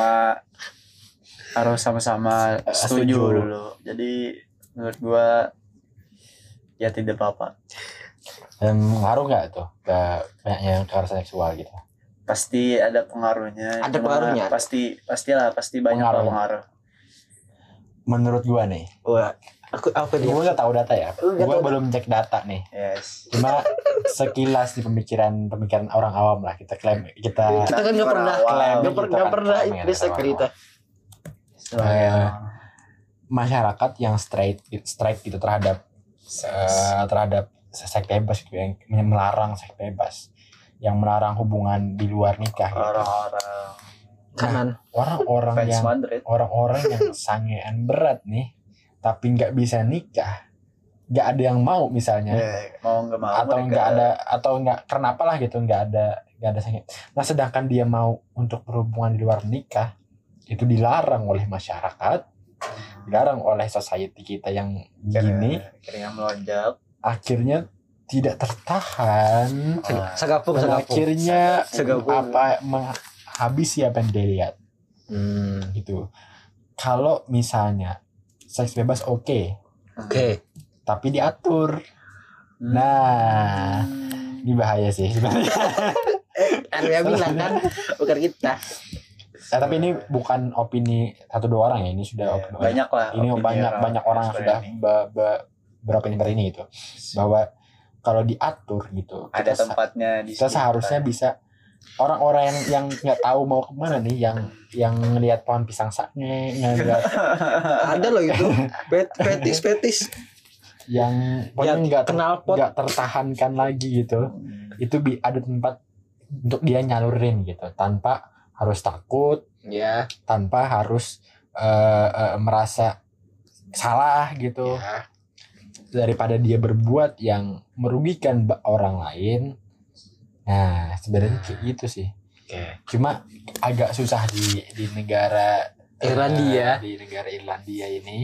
sama-sama setuju dulu. Jadi menurut gua ya tidak apa-apa. Ngaruh nggak tuh ke banyaknya kekerasan seksual gitu? Pasti ada pengaruhnya. Ada pengaruhnya. Pasti banyak pengaruh. Menurut gua nih. Wah, aku gua nggak tahu data ya. Gua belum cek data nih. Yes. Cuma sekilas di pemikiran orang awam lah, kita klaim kita kan nggak pernah bisa cerita. Masyarakat yang straight gitu terhadap terhadap seks bebas gitu, yang melarang seks bebas, yang melarang hubungan di luar nikah gitu. Orang-orang kanan. Orang-orang yang sangean berat nih, tapi nggak bisa nikah, nggak ada yang mau misalnya, mau nggak mau atau nggak ada, atau nggak karena apalah gitu, nggak ada sange. Nah sedangkan dia mau untuk berhubungan di luar nikah, itu dilarang oleh masyarakat, dilarang oleh society kita yang gini, akhirnya melonjak, akhirnya tidak tertahan, Segapung. akhirnya menghabisi apa yang dia lihat. Gitu. Kalau misalnya seks bebas oke, tapi diatur. Nah, ini bahaya sih sebenarnya. Area bilang kan, bukan kita. Tapi ini bukan opini 1-2 orang ya, ini sudah banyak lah. Ini banyak orang yang sudah beropini seperti ini gitu, bahwa kalau diatur gitu, ada tempatnya di kita seharusnya bisa. Orang-orang yang nggak tahu mau kemana nih, yang ngelihat pohon pisang sakne, ngelihat ada loh itu fetis yang pokoknya nggak tertahankan lagi gitu, itu ada tempat untuk dia nyalurin gitu, tanpa harus takut, tanpa harus merasa salah gitu, daripada dia berbuat yang merugikan orang lain. Nah sebenarnya kayak gitu sih. Cuma agak susah di negara Irlandia, di negara Irlandia ini,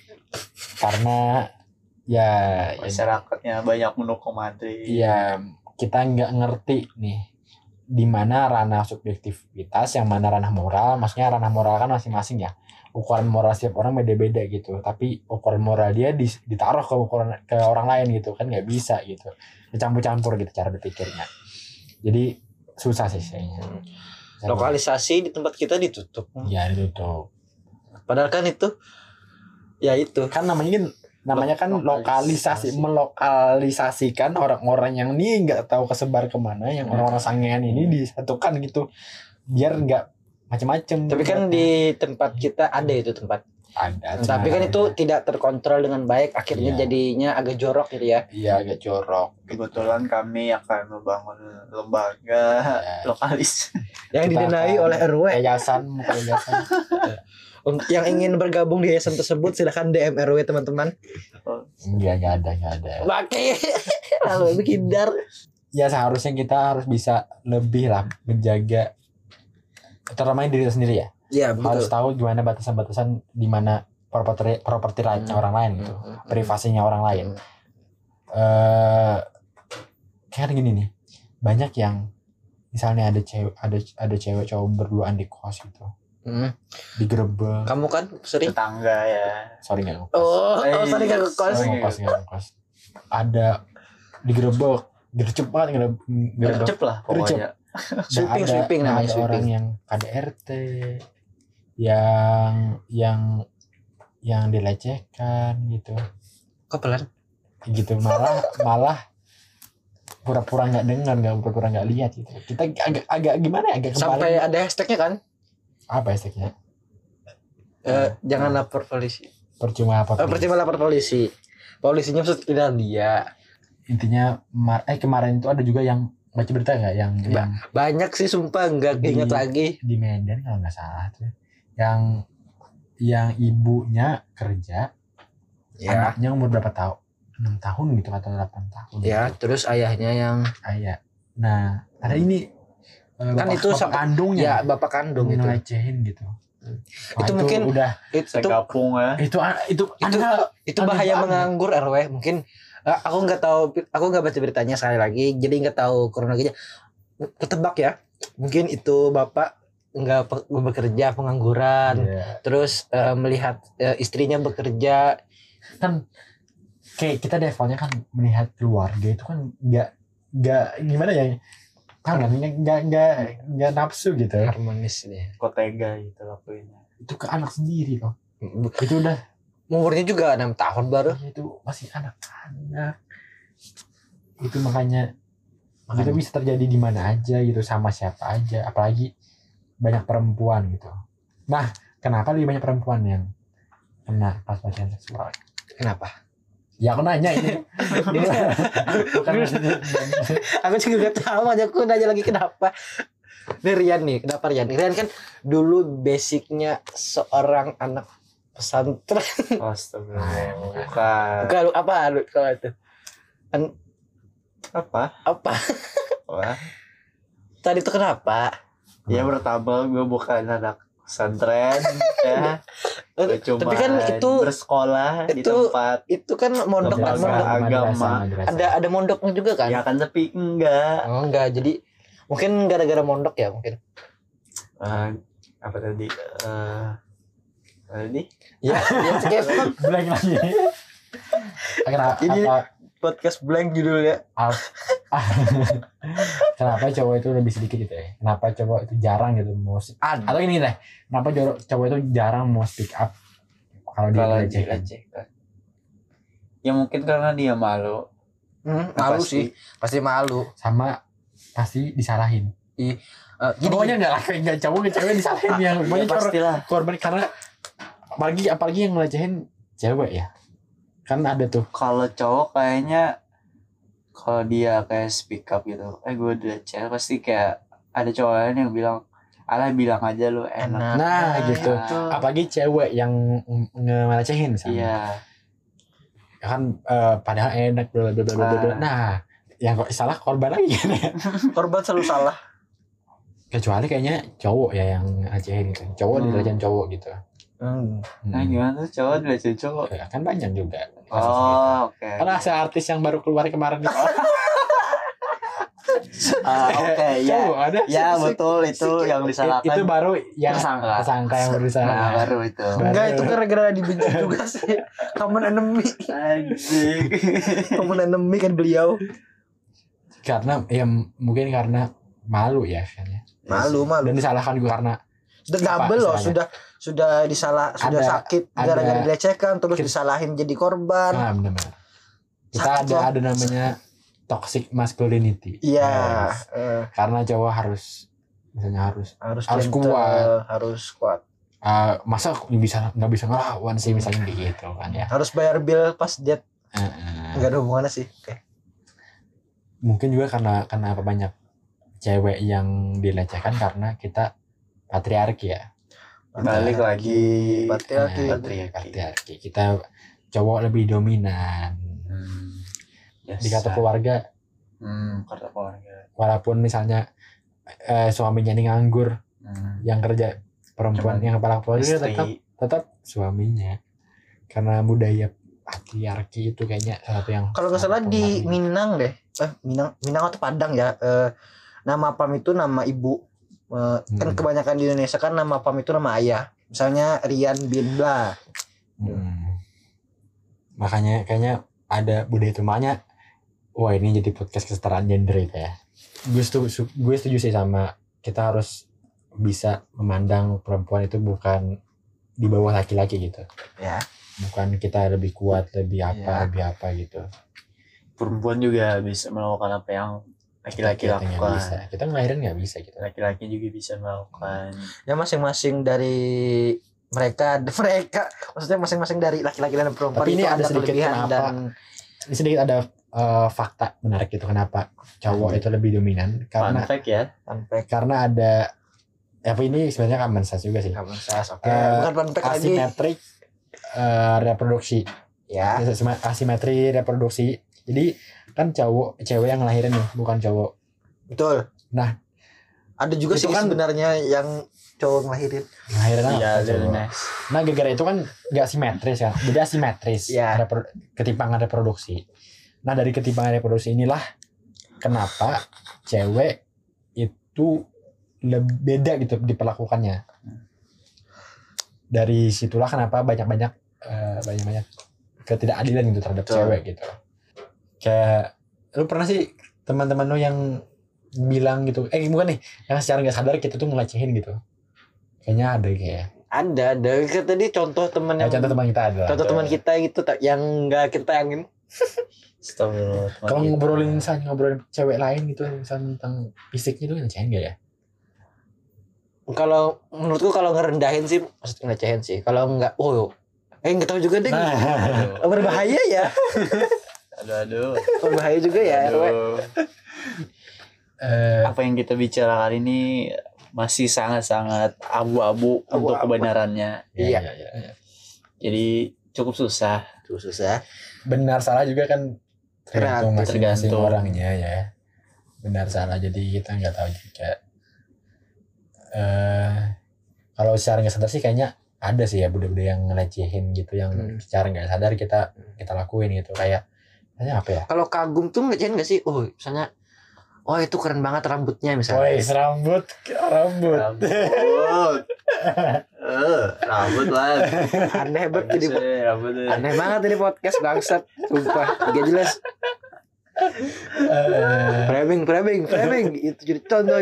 karena ya masyarakatnya banyak mendukung Madrid. Iya, kita nggak ngerti nih di mana ranah subjektivitas, yang mana ranah moral. Maksudnya ranah moral kan masing-masing ya, ukuran moral setiap orang beda-beda gitu, tapi ukuran moral dia ditaruh ke orang lain gitu kan, nggak bisa gitu, dicampur-campur gitu cara berpikirnya. Jadi susah sih kayaknya. Lokalisasi di tempat kita ditutup. Ya ditutup. Padahal kan itu, ya itu kan namanya kan lokalisasi, melokalisasikan orang-orang yang nih nggak tahu kesebar kemana, yang orang-orang sangean ini disatukan gitu, biar nggak macam-macam. Tapi kan di tempat kita ada itu tempat. Ada. Tapi kan itu tidak terkontrol dengan baik, akhirnya jadinya agak jorok gitu ya. Iya, agak jorok. Kebetulan kami akan membangun lembaga lokalis yang didanai oleh RW. Yayasan. Untuk yang ingin bergabung di yayasan tersebut silahkan DM RW teman-teman. Enggak ada. Pakai lalu menghindar. Ya seharusnya kita harus bisa lebih lah menjaga terutama diri sendiri ya. Iya, betul. Harus tahu gimana batasan-batasan di mana properti right-nya orang lain gitu, privasinya orang lain. Kayak gini nih, banyak yang misalnya ada cewek cowok berduaan di kos gitu, digerebek. Kamu kan sering tetangga ya. Sorry nggak ngekos. Sorry nggak ngekos. Ada digerebek, gercep banget, gercep lah pokoknya. Sweeping namanya, ada orang yang KDRT yang dilecehkan gitu. Kok pelan? Gitu, malah pura-pura nggak dengar, pura-pura nggak lihat gitu. Kita agak gimana ya, agak sampai ada hashtagnya kan? Apa hashtagnya? Jangan lapor polisi. Percuma lapor polisi. Polisinya maksud Irlandia. Intinya kemarin itu ada juga yang baca berita nggak yang banyak sih sumpah, nggak ingat lagi. Di Medan kalau nggak salah tuh, yang ibunya kerja, anaknya umur berapa tahun, 6 tahun gitu atau 8 tahun ya gitu. Terus ayahnya yang nah ada ini kan itu bapak kandungnya ya, bapak kandung itu ngelecehin gitu. Itu mungkin udah segapung ya. Itu bahaya menganggur RW mungkin. Aku nggak baca beritanya sekali lagi, jadi nggak tahu kronologinya. Ketebak ya, mungkin itu bapak nggak bekerja, pengangguran, terus melihat istrinya bekerja. Kan kayak kita defaultnya kan melihat keluarga itu kan nggak gimana ya, kan nggak nafsu gitu, harmonis deh. Kok tega gitu lakuinnya. Itu ke anak sendiri loh. Itu udah umurnya juga 6 tahun baru. Itu masih anak-anak. Itu makanya itu bisa terjadi di mana aja gitu, sama siapa aja, apalagi banyak perempuan gitu. Nah, kenapa lebih banyak perempuan yang kena pas pelecehan seksual? Kenapa? Ya aku nanya ini. Bukan Aku juga gak tahu aja, aku nanya lagi kenapa. Ini Rian nih, kenapa Rian? Rian kan dulu basicnya seorang anak pesantren. Astagfirullah. Bukan. Bukan apa lu kalau itu? Apa? Wah. Tadi itu kenapa? Ya pertama gue bukan anak pesantren ya. Cuma Tapi kan itu bersekolah di itu tempat itu kan mondok kan, mondok agama. ada mondoknya juga kan? Ya kan tapi enggak. Oh enggak, jadi mungkin gara-gara mondok ya mungkin. Apa tadi? Tadi? Ya skip. blank lagi. Kenapa? Ini podcast blank judulnya. Kenapa cowok itu lebih sedikit gitu ya? Kenapa cowok itu jarang gitu mau atau ini deh, kenapa cowok itu jarang mau speak up kalau dilecehkan? Ya mungkin karena dia malu. Malu sih, pasti malu. Sama pasti disalahin. Pokoknya Pokoknya nggak cowok nggak cewek disalahin yang banyak pastilah. korban karena apalagi yang ngelecehin cewek ya. Kan ada tuh. Kalau cowok kayaknya kalau dia kayak speak up gitu, gue dileceh, pasti kayak ada cowok lain yang bilang, alah bilang aja lu enak. Nah gitu. Apalagi cewek yang ngelecehin misalnya. Iya. Ya kan padahal enak bla bla bla bla. Nah, yang kok salah korban lagi kan ya. Korban selalu salah. Kecuali kayaknya cowok ya yang ngelecehin gitu. Cowok dilecehin cowok gitu. Nah gimana tuh cowok dileceh cowok? Ya, kan banyak juga. Oh oke. Karena artis yang baru keluar kemarin itu. Oke ya. Cowok ada. Ya betul itu yang disalahkan. Itu baru yang tersangka yang baru disalahkan. Nah, baru itu. Enggak, itu gara-gara dibenci juga sih. Common enemy. Anjing. Common enemy kan beliau. Karena ya mungkin karena malu ya kayaknya. Malu. Dan disalahkan juga karena Sudah double loh, istilahnya? sudah sakit gara-gara dilecehkan, terus disalahin jadi korban. Nah, benar-benar. Kita ada namanya toxic masculinity. Iya. Karena cowok harus Harus kuat. Masa nggak bisa ngelawan sih misalnya gitu kan ya. Harus bayar bill pas dia nggak ada hubungannya sih. Oke. Mungkin juga karena apa banyak cewek yang dilecehkan karena kita patriarki ya. Balik lagi Patriarki. Kita cowok lebih dominan. Di kata keluarga. Kata keluarga. Walaupun misalnya suaminya ini nganggur, yang kerja perempuan yang kepala keluarga tetap suaminya. Karena budaya patriarki itu kayaknya salah satu yang kalau nggak salah di Minang deh. Minang atau Padang ya. Nama pam itu nama ibu. Kan kebanyakan di Indonesia kan nama pam itu nama ayah. Misalnya Rian bin Bla. Makanya kayaknya ada budaya itu, makanya wah ini jadi podcast kesetaraan gender itu ya. Gue setuju sih sama kita harus bisa memandang perempuan itu bukan di bawah laki-laki gitu ya. Bukan kita lebih kuat, lebih apa gitu. Perempuan juga bisa melakukan apa yang laki-laki lakukan. Bisa. Kita ngelahirin nggak bisa gitu. Laki-laki juga bisa melakukan. Ya masing-masing dari mereka maksudnya masing-masing dari laki-laki dan perempuan. Tapi ini itu ada sedikit kenapa ini sedikit ada fakta menarik gitu kenapa cowok itu lebih dominan karena fun fact ya. Karena ada apa ini sebenarnya common sense juga sih. Common sense, oke. Bukan fun fact lagi. Asimetrik reproduksi. Ya. Asimetri reproduksi. Jadi kan cewek yang ngelahirin nih, bukan cowok. Betul. Nah, ada juga sih kan sebenarnya yang cowok ngelahirin. Iya, nah, gara-gara itu kan enggak simetris kan. Jadi asimetris ketimpangan reproduksi. Nah, dari ketimpangan reproduksi inilah kenapa cewek itu lebih beda gitu diperlakukannya. Dari situlah kenapa banyak ketidakadilan gitu terhadap cewek gitu. Kayak lu pernah sih teman-teman lu yang bilang gitu, bukan nih, yang secara nggak sadar kita tuh ngelecehin gitu. Kayaknya ada kayak. Ada. Tadi contoh teman yang. Contoh teman kita ada. Contoh teman kita gitu yang nggak kita tayangin. Kalau ngobrolin cewek lain gitu, misalnya tentang fisiknya tuh ngelecehin nggak ya? Kalau menurutku kalau ngerendahin sih maksudnya ngelecehin sih. Kalau enggak, Nggak tahu juga deh. Berbahaya ya. Aduh. Berbahaya juga ya. Apa yang kita bicara kali ini masih sangat-sangat abu-abu untuk kebenarannya. Iya. Jadi cukup susah. Benar salah juga kan tergantung masing-masing Tergantung. orangnya ya. Benar salah jadi kita nggak tahu juga. Kalau secara nggak sadar sih kayaknya ada sih ya budaya-budaya yang ngelecehin gitu yang secara nggak sadar kita lakuin gitu kayak apa ya? Kalau kagum tuh ngelecehin nggak sih? Misalnya itu keren banget rambutnya misalnya. Rambut. Rambut lah. Aneh banget ini. Rambut. Aneh banget ini podcast bangsat. Sumpah, gak jelas. Framing itu jadi contoh.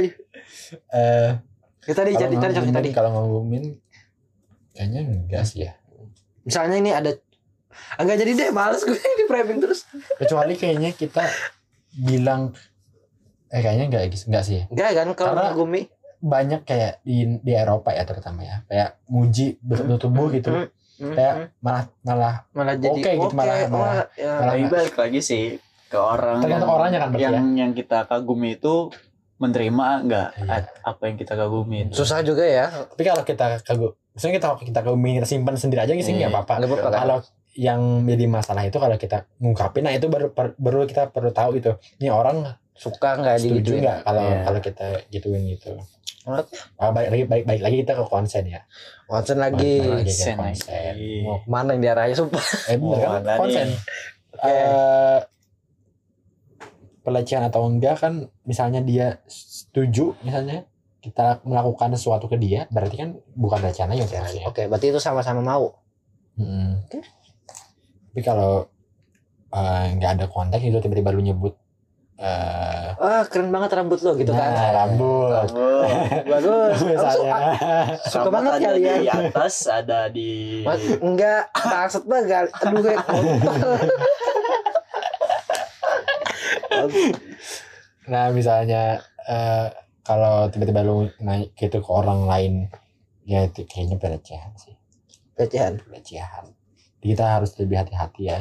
Tadi kalau ngagumin kayaknya enggak sih ya. Misalnya ini ada enggak jadi deh, males gue di framing terus. Kecuali kayaknya kita bilang kayaknya enggak sih. Enggak kan kalau ngagumi banyak kayak di Eropa ya terutama ya. Kayak muji bentuk tubuh gitu. Kayak malah jadi gitu malah balik lagi sih ke orang tergantung orangnya kan yang kita kagumi itu menerima enggak apa yang kita kagumi itu. Susah juga ya. Tapi kalau kita misalnya kita kagumi kita simpan sendiri aja sih nggak apa-apa. Kalau yang jadi masalah itu kalau kita ngungkapin, nah itu baru kita perlu tahu itu ini orang suka nggak setuju nggak kalau kita gituin gitu. Baik lagi kita ke konsen ya. Konsen lagi. Konsen. Mau kemana yang diarahnya sumpah? Bener kan? Konsen. Pelecehan atau enggak kan misalnya dia setuju misalnya kita melakukan sesuatu ke dia berarti kan bukan pelecehan aja seharusnya. Oke, berarti itu sama-sama mau. Tapi kalau nggak ada konteks itu tiba-tiba lu nyebut keren banget rambut lo gitu kan. Rambut. Bagus. Misalnya Suka banget kalian. Di atas ada di enggak maksud banget. Aduh gue. Nah misalnya kalau tiba-tiba lu naik gitu ke orang lain ya itu kayaknya pelecehan sih. Pelecehan. Jadi kita harus lebih hati-hati ya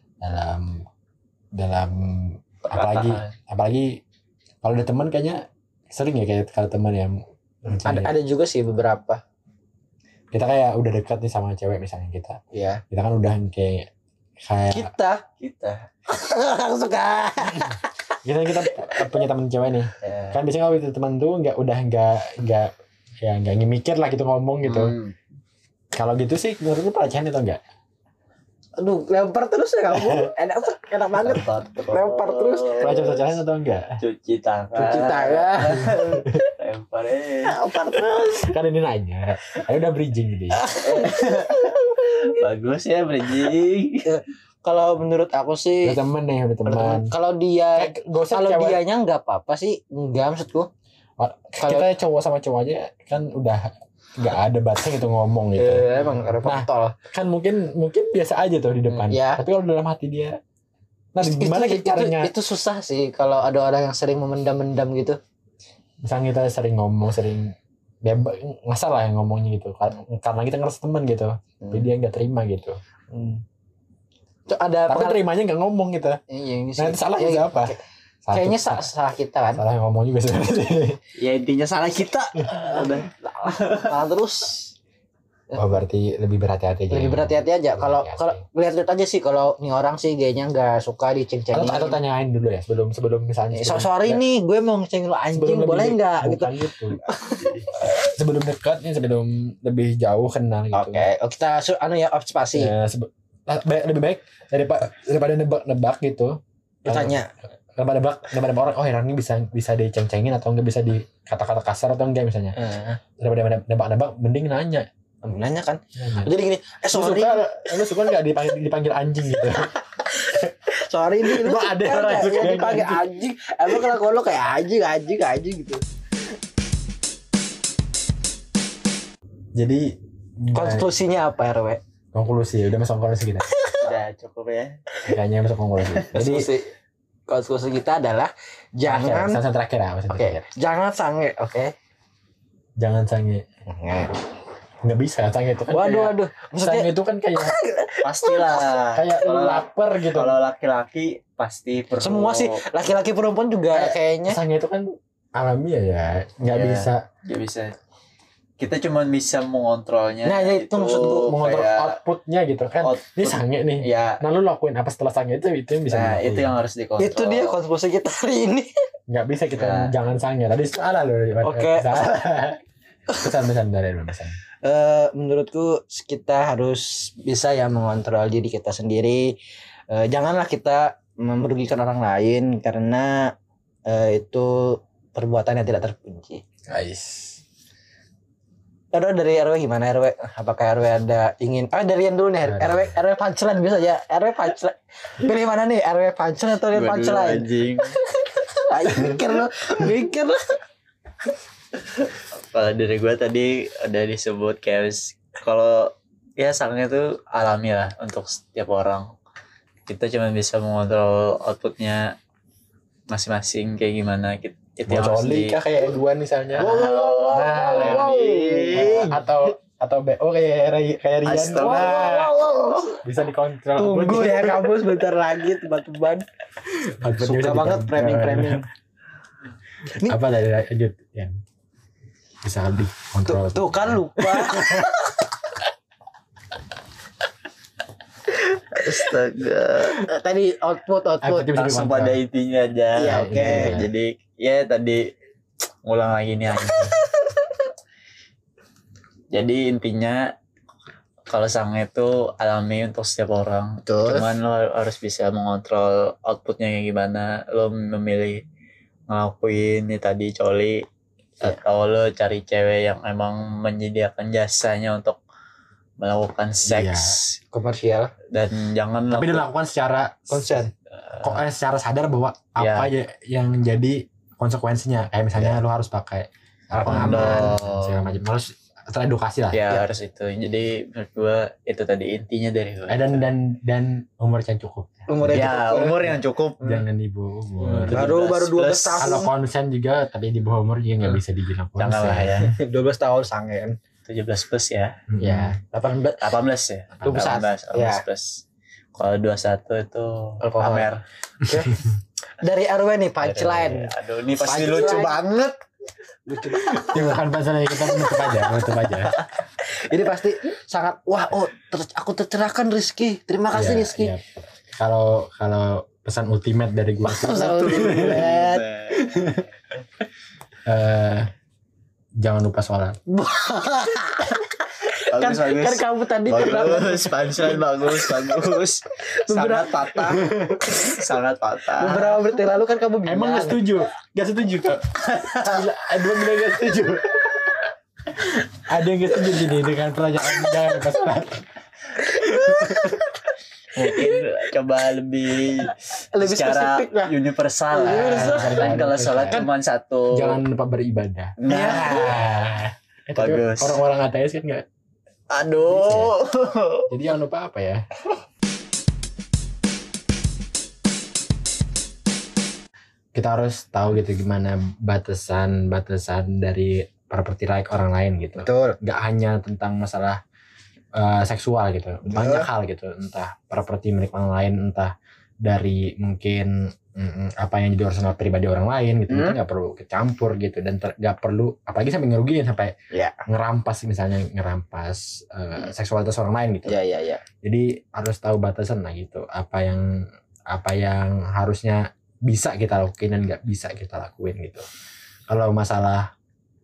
dalam apalagi kalau ada teman kayaknya sering ya kayak kalau teman yang ada juga sih beberapa. Kita kayak udah dekat nih sama cewek misalnya kita. Iya. Kita kan udah kayak kita suka. Kita punya teman cewek nih. Kan biasanya kalau itu teman tuh nggak mikir lah gitu ngomong gitu. Kalau gitu sih menurut lu pelecehan atau enggak? Aduh, lempar terus ya kamu. Enak banget. Lempar terus. Pelecehan atau enggak? Cuci tangan. Lempar terus. Kan ini nanya. Ayo udah bridging gitu ya. Bagus ya bridging. Kalau menurut aku sih udah teman. Kalau dianya nggak apa-apa sih, enggak maksudku. Kita cowok sama cowok aja kan udah nggak ada batasnya gitu ngomong gitu. Emang repotol. Kan mungkin biasa aja tuh di depan. Tapi kalau dalam hati dia, nah gimana caranya? Itu susah sih kalau ada orang yang sering memendam-mendam gitu. Misalnya kita sering ngomong, bebas nggak salah yang ngomongnya gitu karena kita ngerasa teman gitu. Tapi dia nggak terima gitu. Tapi terimanya nggak ngomong gitu. Nah itu salah ya apa? Kayaknya salah kita kan. Salah ngomong juga sebenarnya. Ya intinya salah kita. Udah. Terus. Berarti lebih berhati-hati aja. Kalau lihat aja sih kalau nih orang sih kayaknya nggak suka diceng-cengin. Atau tanyain dulu ya sebelum misalnya. Sorry nih gue mau ngecengin lo anjing boleh nggak gitu. Sebelum dekat nih sebelum lebih jauh kenal gitu. Oke. Kita observasi. Lebih baik daripada nebak gitu. Tanya. Daripada orang orang ini bisa diceng-cengin atau enggak bisa di kata-kata kasar atau enggak misalnya. Daripada nebak mending nanya kan. Jadi gini, sorry. Lu suka enggak dipanggil anjing gitu. Sorry nih lu ada orang yang suka dipanggil anjing. Emang kalau lo kayak anjing gitu. Jadi konklusinya apa RW? Konklusi udah masuk konklusi kita. Udah cukup ya. Kayaknya masuk konklusi. Jadi konklusi kita adalah jangan terakhir ya. Jangan sange, oke? Jangan sange. Nggak bisa, sange itu kan Waduh. Sange Maksudnya itu kan kayak Pastilah. kayak lu lapar gitu. Kalau laki-laki pasti perlu. semua sih laki-laki perempuan juga kayaknya. Sange itu kan alamiah ya, nggak Iya. bisa Nggak bisa. Kita cuma bisa mengontrolnya. Nah, itu maksud gua, mengontrol kayak outputnya gitu kan. Ini sange nih. Ya. Nah lu lakuin apa setelah sange itu yang bisa Nah, dilakuin. itu yang harus dikontrol. Itu dia konklusi kita hari ini. Nggak bisa kita Nah. jangan sange. Tadi salah loh. Oke. Pesan-pesan dari pesan. Menurutku kita harus bisa ya mengontrol diri kita sendiri. Janganlah kita merugikan orang lain karena itu perbuatan yang tidak terpuji. Guys. Aduh, dari RW gimana RW? Apakah RW ada ingin? Dari yang dulu nih RW punchline bisa aja. RW punchline. Pilih mana nih? RW punchline atau RW punchline? Anjing. Ayo mikir lo. Kalau dari gue tadi udah disebut kayak kalau ya sange itu alami lah untuk setiap orang. Kita cuma bisa mengontrol outputnya masing-masing kayak gimana. Itu yang harus Coli kah kayak Edwan misalnya. Wow. Atau BO kayak Rian. Astaga. Bisa dikontrol. Tunggu ya kamu sebentar lagi teman-teman. Suka banget framing. Apa dari lanjut yang bisa dikontrol. Tuh kan lupa. Astaga. Tadi output. Langsung pada intinya aja. Iya, oke. Jadi ya tadi ngulang lagi nih anjing. Jadi intinya kalau sange itu alami untuk setiap orang. Betul. Cuman lo harus bisa mengontrol outputnya kayak gimana. Lo memilih ngelakuin ini tadi coli atau lo cari cewek yang emang menyediakan jasanya untuk melakukan seks Komersial. dan jangan Tapi dilakukan secara Konsen. secara sadar bahwa apa yang jadi konsekuensinya. Kayak misalnya lu harus pakai pengaman segala macam. Harus teredukasi lah. ya harus itu. Jadi menurut gua itu tadi intinya dari gua. Dan umur yang cukup. Umur yang cukup. Jangan di bawah umur. Baru 12 plus. tahun. Kalau konsen juga tapi di bawah umur juga nggak bisa dibilang konsen. Jangan lah ya. 12 tahun sange kan. 17 plus ya. Ya, 18 18 ya. 18 18 plus. Kalau 21 itu Alkohol. pamer. dari RW nih punchline. Aduh, ini pasti Punchline. lucu banget. Ya, bukan pasangan kita menutup aja. Ini pasti sangat aku tercerahkan Rizky. Terima kasih Ya, Rizky. ya. Kalau pesan ultimate dari gue jangan lupa sholat. Bagus. Kan kamu tadi pernah Bagus, punchline bagus. Sangat patah. beberapa menit yang lalu kan kamu bilang. Emang gak setuju kok. Dua bilang gak setuju. Ada yang gak setuju gini dengan pertanyaan jangan lupa sholat. Mungkin coba lebih secara spesifik lah. universal lah. Kan kalau sholat cuma satu. Jangan lupa beribadah. Nah, Tapi bagus. orang-orang ateis kan nggak. Aduh. Jadi jangan lupa apa ya? Kita harus tahu gitu gimana batasan dari property right orang lain gitu. Betul. Nggak hanya tentang masalah seksual gitu, banyak hal gitu, entah properti milik orang lain, entah dari mungkin apa yang jadi urusan pribadi orang lain gitu, kita nggak perlu kecampur gitu, dan nggak perlu apalagi sampai ngerugiin sampai ngerampas misalnya seksualitas orang lain gitu. Iya. Jadi harus tahu batasan lah gitu, apa yang harusnya bisa kita lakuin dan nggak bisa kita lakuin gitu. Kalau masalah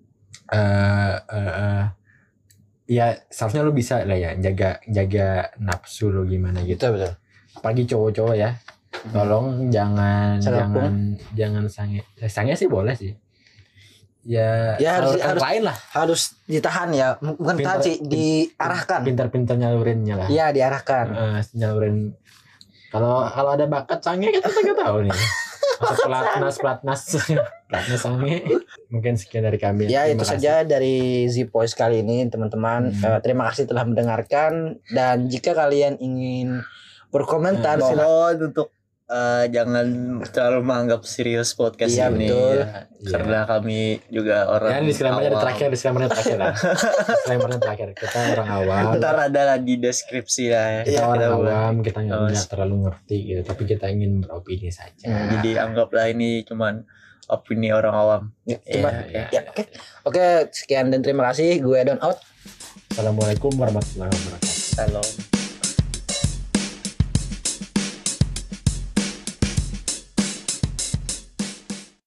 ya seharusnya lu bisa lah ya jaga nafsu lu gimana gitu. Betul. Apalagi cowok-cowok ya, tolong jangan sange sih boleh sih ya harus lain lah, harus ditahan ya, bukan tahan sih, diarahkan, pintar lah nyalurinnya ya, diarahkan. Nyalurin kalau ada bakat sange kita nggak tahu nih. Masa pelatnas sange. Mungkin sekian dari kami. Ya, itu saja dari Z-Voice kali ini, teman-teman. Terima kasih telah mendengarkan, dan jika kalian ingin berkomentar, mohon untuk jangan terlalu menganggap serius podcast Iya, ini betul. ya. Karena kami juga orang Ya, disclaimer-nya awam. disclaimer-nya terakhir lah. Disclaimer-nya terakhir. Kita orang awam. Ntar ada lah di deskripsi lah ya. Kita orang Kita awam, kita Oh, nggak terlalu ngerti gitu, tapi kita ingin beropini saja. Jadi anggaplah ini cuman opini orang awam. Ya, Iya, coba. iya. Ya, oke. Oke, sekian dan terima kasih. Gue Don out. Assalamualaikum warahmatullahi wabarakatuh. Salam.